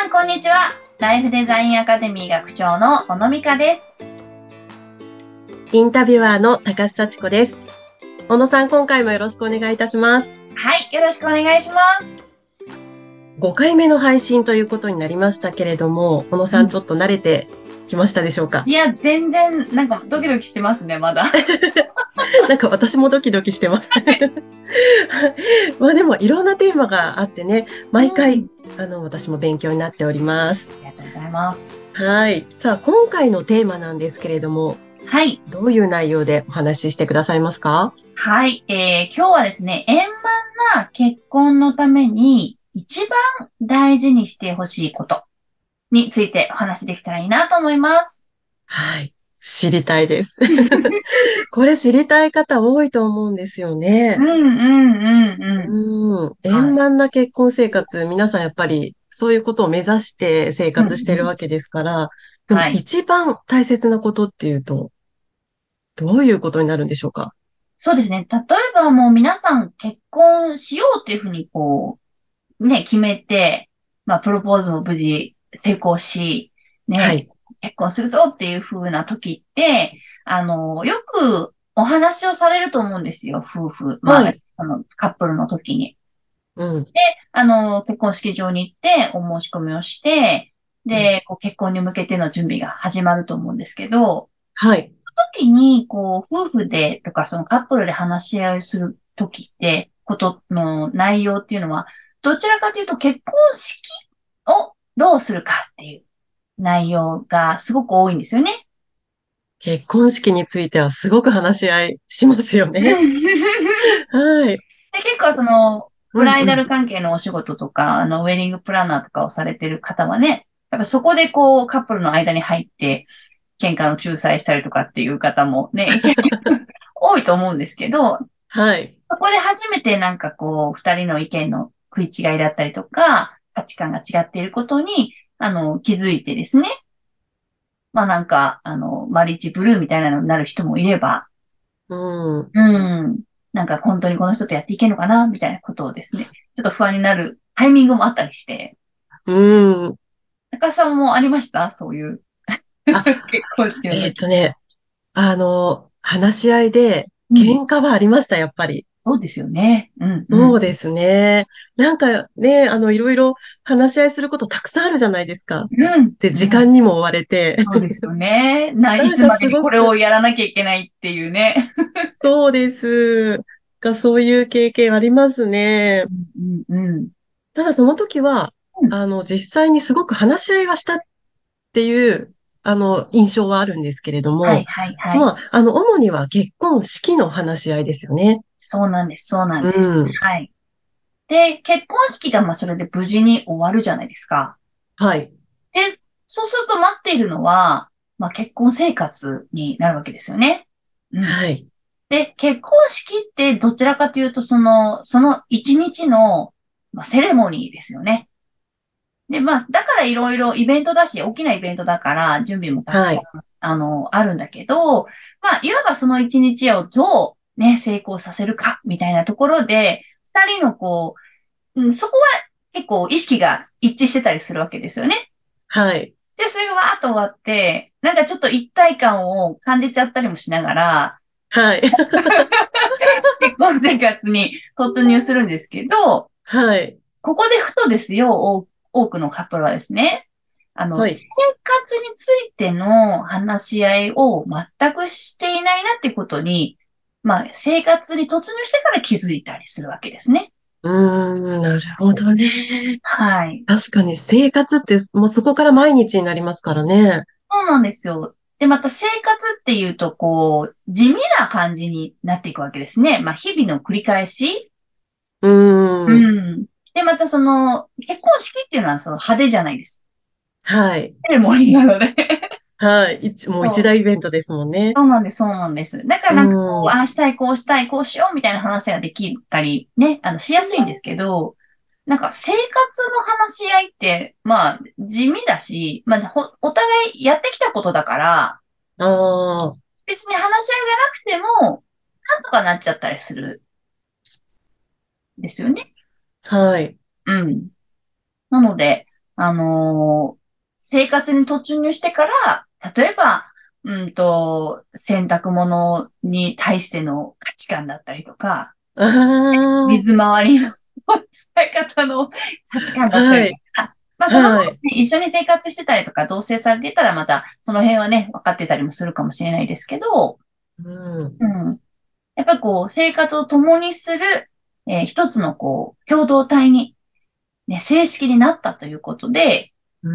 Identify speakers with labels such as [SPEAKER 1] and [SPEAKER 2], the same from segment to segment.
[SPEAKER 1] ん、こんにちは。ライフデザインアカデミー学長の小野美香です。
[SPEAKER 2] インタビュアーの高須幸子です。小野さん、今回もよろしくお願いいたします。
[SPEAKER 1] はい、よろしくお願いします。
[SPEAKER 2] 5回目の配信ということになりましたけれども、小野さんちょっと慣れてきましたでしょうか？
[SPEAKER 1] いや、全然、なんかドキドキしてますね、まだ。
[SPEAKER 2] なんか私もドキドキしてます。まあでもいろんなテーマがあってね、毎回、私も勉強になっております。
[SPEAKER 1] ありがとうございます。
[SPEAKER 2] はい。さあ、今回のテーマなんですけれども、
[SPEAKER 1] はい。
[SPEAKER 2] どういう内容でお話ししてくださいますか？
[SPEAKER 1] はい。今日はですね、円満な結婚のために一番大事にしてほしいことについてお話できたらいいなと思います。
[SPEAKER 2] はい。知りたいです。これ知りたい方多いと思うんですよね。
[SPEAKER 1] うんうんうんうん。
[SPEAKER 2] 円
[SPEAKER 1] はい。
[SPEAKER 2] 満な結婚生活、皆さんやっぱりそういうことを目指して生
[SPEAKER 1] うん
[SPEAKER 2] 活してる
[SPEAKER 1] うん。
[SPEAKER 2] わけですから、でも
[SPEAKER 1] はい。
[SPEAKER 2] 一番大切なことっていうと、どういうことになるんでしょうか？
[SPEAKER 1] そうですね。例えばもう皆さん結婚しようっていうふうにね、決めて、まあ、プロポーズも無事成功し、ね、
[SPEAKER 2] はい。
[SPEAKER 1] 結婚するぞっていう風な時って、よくお話をされると思うんですよ、夫婦。まあ、
[SPEAKER 2] はい。
[SPEAKER 1] カップルの時に。
[SPEAKER 2] うん。
[SPEAKER 1] 結婚式場に行ってお申し込みをして、
[SPEAKER 2] うん。
[SPEAKER 1] で、結婚に向けての準備が始まると思うんですけど、
[SPEAKER 2] はい。
[SPEAKER 1] 時に、夫婦でとか、そのカップルで話し合いをする時って、ことの内容っていうのは、どちらかというと結婚式をどうするかっていう内容がすごく多いんですよね。
[SPEAKER 2] 結婚式についてはすごく話し合いしますよ
[SPEAKER 1] う
[SPEAKER 2] ね。
[SPEAKER 1] ん
[SPEAKER 2] はい。
[SPEAKER 1] で、結構ブライダ
[SPEAKER 2] うんうん。
[SPEAKER 1] ル関係のお仕事とか、ウェディングプランナーとかをされてる方はね、やっぱそこでカップルの間に入って、喧嘩の仲裁したりとかっていう方もね、多いと思うんですけど、
[SPEAKER 2] はい。
[SPEAKER 1] そこで初めて二人の意見の食い違いだったりとか、価値観が違っていることに、気づいてですね。まあマリッジブルーみたいなのになる人もいれば、
[SPEAKER 2] うん。
[SPEAKER 1] うん、なんか本当にこの人とやっていけるのかなみたいなことをですね、ちょっと不安になるタイミングもあったりして、
[SPEAKER 2] うん。
[SPEAKER 1] 高さんもありましたそういう
[SPEAKER 2] あ、
[SPEAKER 1] 結婚式の時。
[SPEAKER 2] ね、話し合いで
[SPEAKER 1] うん。
[SPEAKER 2] 喧嘩はありました、やっぱり。
[SPEAKER 1] そうですよね。うん、うん。
[SPEAKER 2] そうですね。なんかね、いろいろ話し合いすることたくさんあるじゃないですか。
[SPEAKER 1] うん、
[SPEAKER 2] で、時
[SPEAKER 1] うん。
[SPEAKER 2] 間にも追われて。
[SPEAKER 1] そうですよね。い
[SPEAKER 2] なんか
[SPEAKER 1] つまでにこれを
[SPEAKER 2] すごく、
[SPEAKER 1] やらなきゃいけないっていうね。
[SPEAKER 2] そうです。そういう経験ありますね。
[SPEAKER 1] うんうんうん。
[SPEAKER 2] ただその時は、
[SPEAKER 1] うん。
[SPEAKER 2] 実際にすごく話し合いはしたっていう、印象はあるんですけれども、
[SPEAKER 1] はいはいはい。
[SPEAKER 2] まあ、主には結婚式の話し合いですよね。
[SPEAKER 1] そうなんです、そうなん
[SPEAKER 2] う
[SPEAKER 1] です。
[SPEAKER 2] ん。
[SPEAKER 1] はい。で、結婚式がそれで無事に終わるじゃないですか。
[SPEAKER 2] はい。
[SPEAKER 1] で、そうすると待っているのは、まあ結婚生活になるわけですよね。うん。
[SPEAKER 2] はい。
[SPEAKER 1] で、結婚式ってどちらかというとその一日の、まあ、セレモニーですよね。で、まあ、だからいろいろイベントだし、大きなイベントだから、準備もたくさん、
[SPEAKER 2] はい。
[SPEAKER 1] あるんだけど、まあ、いわばその一日をどうね、成功させるか、みたいなところで、二人のそこは結構意識が一致してたりするわけですよね。
[SPEAKER 2] はい。
[SPEAKER 1] で、それがわーっと終わって、なんかちょっと一体感を感じちゃったりもしながら、
[SPEAKER 2] はい。
[SPEAKER 1] 結婚生活に突入するんですけど、
[SPEAKER 2] はい。
[SPEAKER 1] ここでふとですよ、多くのカップルはですね、生
[SPEAKER 2] はい。
[SPEAKER 1] 活についての話し合いを全くしていないなっていうことに、まあ、生活に突入してから気づいたりするわけですね。
[SPEAKER 2] なるほどね。
[SPEAKER 1] はい。
[SPEAKER 2] 確かに生活ってもうそこから毎日になりますからね。
[SPEAKER 1] そうなんですよ。で、また生活っていうと、地味な感じになっていくわけですね。まあ、日々の繰り返し。
[SPEAKER 2] うーん。
[SPEAKER 1] うん。で、また結婚式っていうのはその派手じゃないです。
[SPEAKER 2] はい。
[SPEAKER 1] セレモニーなので。
[SPEAKER 2] はい。もう一
[SPEAKER 1] そう
[SPEAKER 2] 大イベントですもんね。
[SPEAKER 1] そうなんです、そうなんです。だから
[SPEAKER 2] うーん。
[SPEAKER 1] ああしたい、こうしたい、こうしようみたいな話ができたり、ね、しやすいんですけど、なんか生活の話し合いって、まあ、地味だし、まあ、お互いやってきたことだから、
[SPEAKER 2] ああ。
[SPEAKER 1] 別に話し合いがなくても、なんとかなっちゃったりするんですよね。
[SPEAKER 2] はい。
[SPEAKER 1] うん。なので、 生活に突入してから、例えば、洗濯物に対しての価値観だったりとか、
[SPEAKER 2] あ
[SPEAKER 1] 水回りの使い方の価値観
[SPEAKER 2] あ、
[SPEAKER 1] だったりと
[SPEAKER 2] はい、
[SPEAKER 1] か、まあ、その
[SPEAKER 2] はい。
[SPEAKER 1] 一緒に生活してたりとか、同棲されてたらまた、その辺はね、分かってたりもするかもしれないですけど、
[SPEAKER 2] うん、
[SPEAKER 1] うん。やっぱりこう、生活を共にする、一つのこう、共同体に、ね、正式になったということで、
[SPEAKER 2] うん。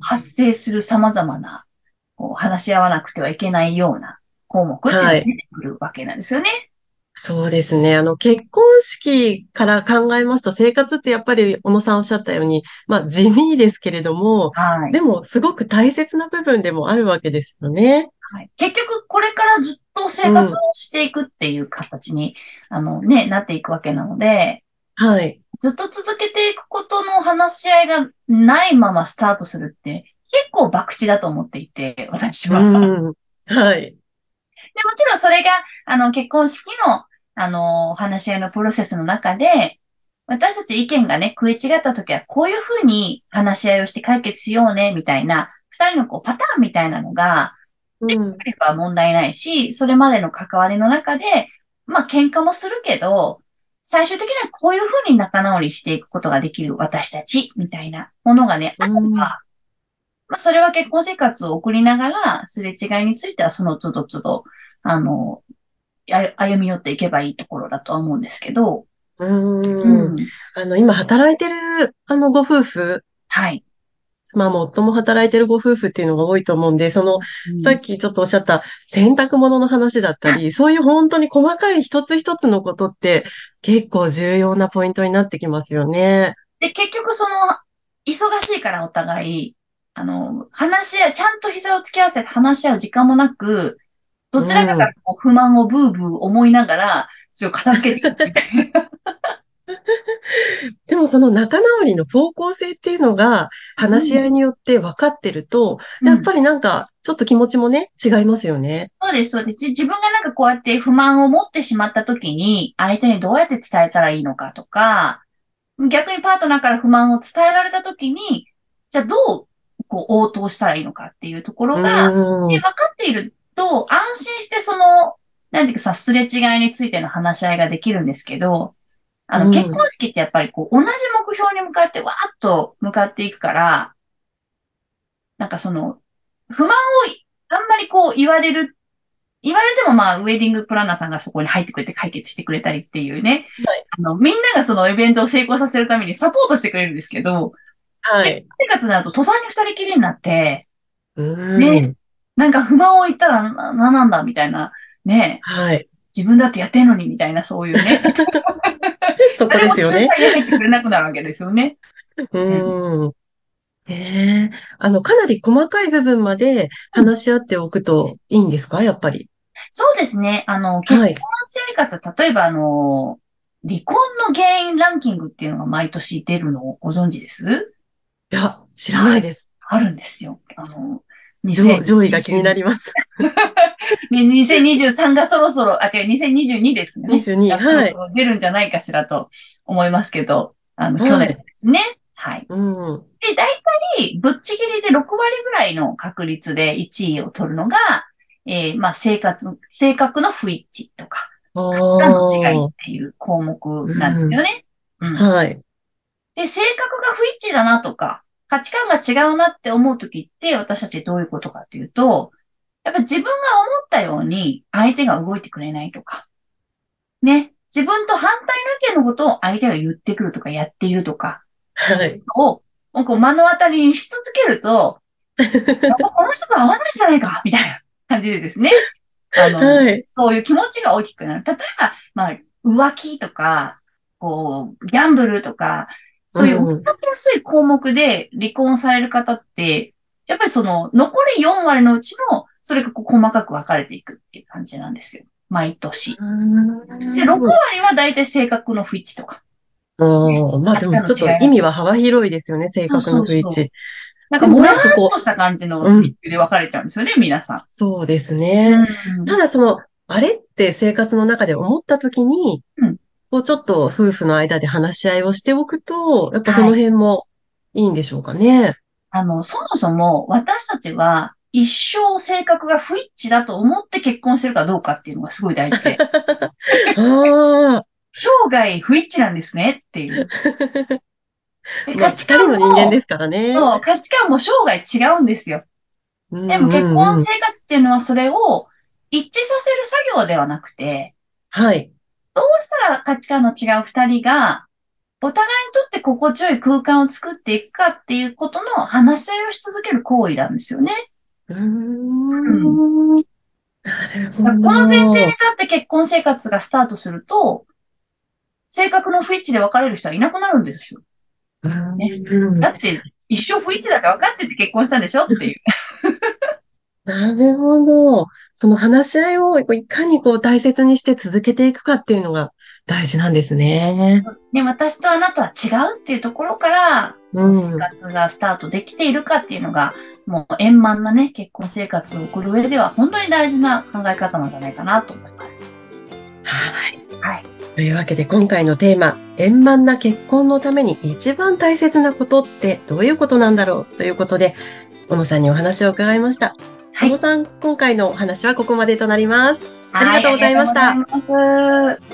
[SPEAKER 1] 発生する様々な、こう、話し合わなくてはいけないような項目っていうのが
[SPEAKER 2] はい。
[SPEAKER 1] 出てくるわけなんですよね。
[SPEAKER 2] そうですね。結婚式から考えますと、生活ってやっぱり小野さんおっしゃったように、まあ地味ですけれども、
[SPEAKER 1] はい。
[SPEAKER 2] でもすごく大切な部分でもあるわけですよね。
[SPEAKER 1] はい。結局、これからずっと生
[SPEAKER 2] う
[SPEAKER 1] 活
[SPEAKER 2] ん。
[SPEAKER 1] をしていくっていう形に、ね、なっていくわけなので、
[SPEAKER 2] はい。
[SPEAKER 1] ずっと続けていくことの話し合いがないままスタートするって、結構博打だと思っていて、私
[SPEAKER 2] う
[SPEAKER 1] は。
[SPEAKER 2] ん。はい。
[SPEAKER 1] で、もちろんそれが、結婚式の、話し合いのプロセスの中で、私たち意見がね、食い違ったときは、こういうふうに話し合いをして解決しようね、みたいな、二人のこうパターンみたいなのが、でき
[SPEAKER 2] うん。
[SPEAKER 1] れば問題ないし、それまでの関わりの中で、まあ喧嘩もするけど、最終的にはこういうふうに仲直りしていくことができる私たち、みたいなものがね、あ
[SPEAKER 2] う
[SPEAKER 1] れ
[SPEAKER 2] ん。
[SPEAKER 1] ば、まあそれは結婚生活を送りながら、すれ違いについてはその都度都度、あの、歩み寄っていけばいいところだとは思うんですけど、う
[SPEAKER 2] うん。
[SPEAKER 1] ん。
[SPEAKER 2] 今働いてる、ご夫婦、
[SPEAKER 1] はい。
[SPEAKER 2] 妻も夫も働いてるご夫婦っていうのが多いと思うんで、
[SPEAKER 1] うん。
[SPEAKER 2] さっきちょっとおっしゃった洗濯物の話だったり、そういう本当に細かい一つ一つのことって結構重要なポイントになってきますよね。
[SPEAKER 1] で、結局忙しいからお互い、話し合い、ちゃんと膝を突き合わせて話し合う時間もなく、ど
[SPEAKER 2] う
[SPEAKER 1] ちらかが
[SPEAKER 2] ん。
[SPEAKER 1] こう不満をブーブー思いながら、それを片付けていくみたいな。
[SPEAKER 2] でもその仲直りの方向性っていうのが
[SPEAKER 1] うん。
[SPEAKER 2] 話し合いによって分かってると、
[SPEAKER 1] うん。
[SPEAKER 2] やっぱりなんかちょっと気持ちもね、違いますよね。
[SPEAKER 1] そうです、そうです。自分がなんかこうやって不満を持ってしまった時に、相手にどうやって伝えたらいいのかとか、逆にパートナーから不満を伝えられた時に、じゃあどう、こう、応答したらいいのかっていうところ
[SPEAKER 2] う
[SPEAKER 1] が、
[SPEAKER 2] ーん。
[SPEAKER 1] 分かっていると、安心してなんていうかさ、すれ違いについての話し合いができるんですけど、
[SPEAKER 2] う
[SPEAKER 1] 結婚
[SPEAKER 2] ん。
[SPEAKER 1] 式ってやっぱりこう、同じ目標に向かってわーっと向かっていくから、なんか不満をあんまりこう言われてもまあ、ウェディングプランナーさんがそこに入ってくれて解決してくれたりっていうね、
[SPEAKER 2] はい。
[SPEAKER 1] みんながそのイベントを成功させるためにサポートしてくれるんですけど、結婚
[SPEAKER 2] はい。
[SPEAKER 1] 生活になると途端に二人きりになって、
[SPEAKER 2] うー
[SPEAKER 1] ね、
[SPEAKER 2] ん。
[SPEAKER 1] なんか不満を言ったらなんなんだみたいな、ね、
[SPEAKER 2] はい。
[SPEAKER 1] 自分だってやってんのにみたいなそういうね、
[SPEAKER 2] そこ
[SPEAKER 1] 誰も
[SPEAKER 2] ですよね。
[SPEAKER 1] 仲裁に入ってくれなくなるわけですよね。
[SPEAKER 2] う
[SPEAKER 1] うん。
[SPEAKER 2] ーん。ええ、かなり細かい部分まで
[SPEAKER 1] うん。
[SPEAKER 2] 話し合っておくといいんですかやっぱり。
[SPEAKER 1] そうですね。結婚
[SPEAKER 2] はい。
[SPEAKER 1] 生活、例えば離婚の原因ランキングっていうのが毎年出るのをご存知です？
[SPEAKER 2] いや、知らな
[SPEAKER 1] はい。
[SPEAKER 2] いです。
[SPEAKER 1] あるんですよ。2020、
[SPEAKER 2] 上位が気になります。
[SPEAKER 1] ね、2023がそろそろ、違う、2022ですね。
[SPEAKER 2] 22、
[SPEAKER 1] がそろ
[SPEAKER 2] はい。
[SPEAKER 1] そろ出るんじゃないかしらと思いますけど、去年で
[SPEAKER 2] はい。
[SPEAKER 1] すね。はい。
[SPEAKER 2] うん。
[SPEAKER 1] で、大体、ぶっちぎりで6割ぐらいの確率で1位を取るのが、まあ、性格の不一致とか、
[SPEAKER 2] あ
[SPEAKER 1] 価値観の違いっ
[SPEAKER 2] あ、
[SPEAKER 1] ていう項目なんです
[SPEAKER 2] うん。
[SPEAKER 1] よね。うん。
[SPEAKER 2] はい。
[SPEAKER 1] で、性格が不一致だなとか、価値観が違うなって思うときって、私たちどういうことかっていうと、やっぱ自分が思ったように相手が動いてくれないとか、ね。自分と反対の意見のことを相手が言ってくるとかやっているとか
[SPEAKER 2] はい。
[SPEAKER 1] を、こう目の当たりにし続けると、やっぱこの人と合わないんじゃないかみたいな感じでですね。
[SPEAKER 2] はい。
[SPEAKER 1] そういう気持ちが大きくなる。例えば、まあ、浮気とか、こう、ギャンブルとか、
[SPEAKER 2] う
[SPEAKER 1] そういう動
[SPEAKER 2] ん。
[SPEAKER 1] きやすい項目で離婚される方って、やっぱり残り4割のうちの、それがこう細かく分かれていくっていう感じなんですよ。毎年。
[SPEAKER 2] う
[SPEAKER 1] で、6
[SPEAKER 2] ん。
[SPEAKER 1] 割は大体性格の不一致とか、
[SPEAKER 2] ああ、まあ
[SPEAKER 1] 価値観の
[SPEAKER 2] でもちょっと
[SPEAKER 1] 違いだとか。
[SPEAKER 2] 意味は幅広いですよね、性
[SPEAKER 1] そう
[SPEAKER 2] 格の
[SPEAKER 1] そうそう。
[SPEAKER 2] 不一致。
[SPEAKER 1] なんか、
[SPEAKER 2] でも
[SPEAKER 1] もやーっ
[SPEAKER 2] なんかこ
[SPEAKER 1] とした感じの
[SPEAKER 2] う、うん。
[SPEAKER 1] 理由で分かれちゃうんですよね、皆さ
[SPEAKER 2] そうです
[SPEAKER 1] ん。
[SPEAKER 2] ね。
[SPEAKER 1] うん。
[SPEAKER 2] ただあれって生活の中で思った時に、
[SPEAKER 1] うん。
[SPEAKER 2] こうちょっと夫婦の間で話し合いをしておくと、やっぱその
[SPEAKER 1] はい。
[SPEAKER 2] 辺もいいんでしょうかね。
[SPEAKER 1] そもそも私たちは一生性格が不一致だと思って結婚してるかどうかっていうのがすごい大事で、
[SPEAKER 2] ああ、
[SPEAKER 1] 生涯不一致なんですねっていう。で、
[SPEAKER 2] まあ、二人の人間ですからね。
[SPEAKER 1] そう価値観も生涯違うんですよ。でも
[SPEAKER 2] うんう
[SPEAKER 1] 結婚
[SPEAKER 2] んうん。
[SPEAKER 1] 生活っていうのはそれを一致させる作業ではなくて、
[SPEAKER 2] はい。
[SPEAKER 1] どうしたら価値観の違う二人がお互いにとって心地よい空間を作っていくかっていうことの話し合いをし続ける行為なんですよね。
[SPEAKER 2] うー
[SPEAKER 1] うん。
[SPEAKER 2] ん。なるほ
[SPEAKER 1] だからこの前提に
[SPEAKER 2] ど。
[SPEAKER 1] 立って結婚生活がスタートすると、性格の不一致で別れる人はいなくなるんですよ。
[SPEAKER 2] う
[SPEAKER 1] ね。
[SPEAKER 2] ーん。
[SPEAKER 1] だって、一生不一致だって分かってて結婚したんでしょっていう。
[SPEAKER 2] なるほど。その話し合いをいかに大切にして続けていくかっていうのが大事なんですね。
[SPEAKER 1] ね、私とあなたは違うっていうところから、
[SPEAKER 2] う
[SPEAKER 1] その生
[SPEAKER 2] ん。
[SPEAKER 1] 活がスタートできているかっていうのが、もう円満なね、結婚生活を送る上では本当に大事な考え方なんじゃないかなと思います。
[SPEAKER 2] はい。
[SPEAKER 1] はい。
[SPEAKER 2] というわけで今回のテーマ、円満な結婚のために一番大切なことってどういうことなんだろうということで、小野さんにお話を伺いました。小
[SPEAKER 1] はい。
[SPEAKER 2] 野さん、今回のお話はここまでとなります。あり
[SPEAKER 1] はい、あ
[SPEAKER 2] がとうござ
[SPEAKER 1] りがとうござい
[SPEAKER 2] いました。
[SPEAKER 1] ます。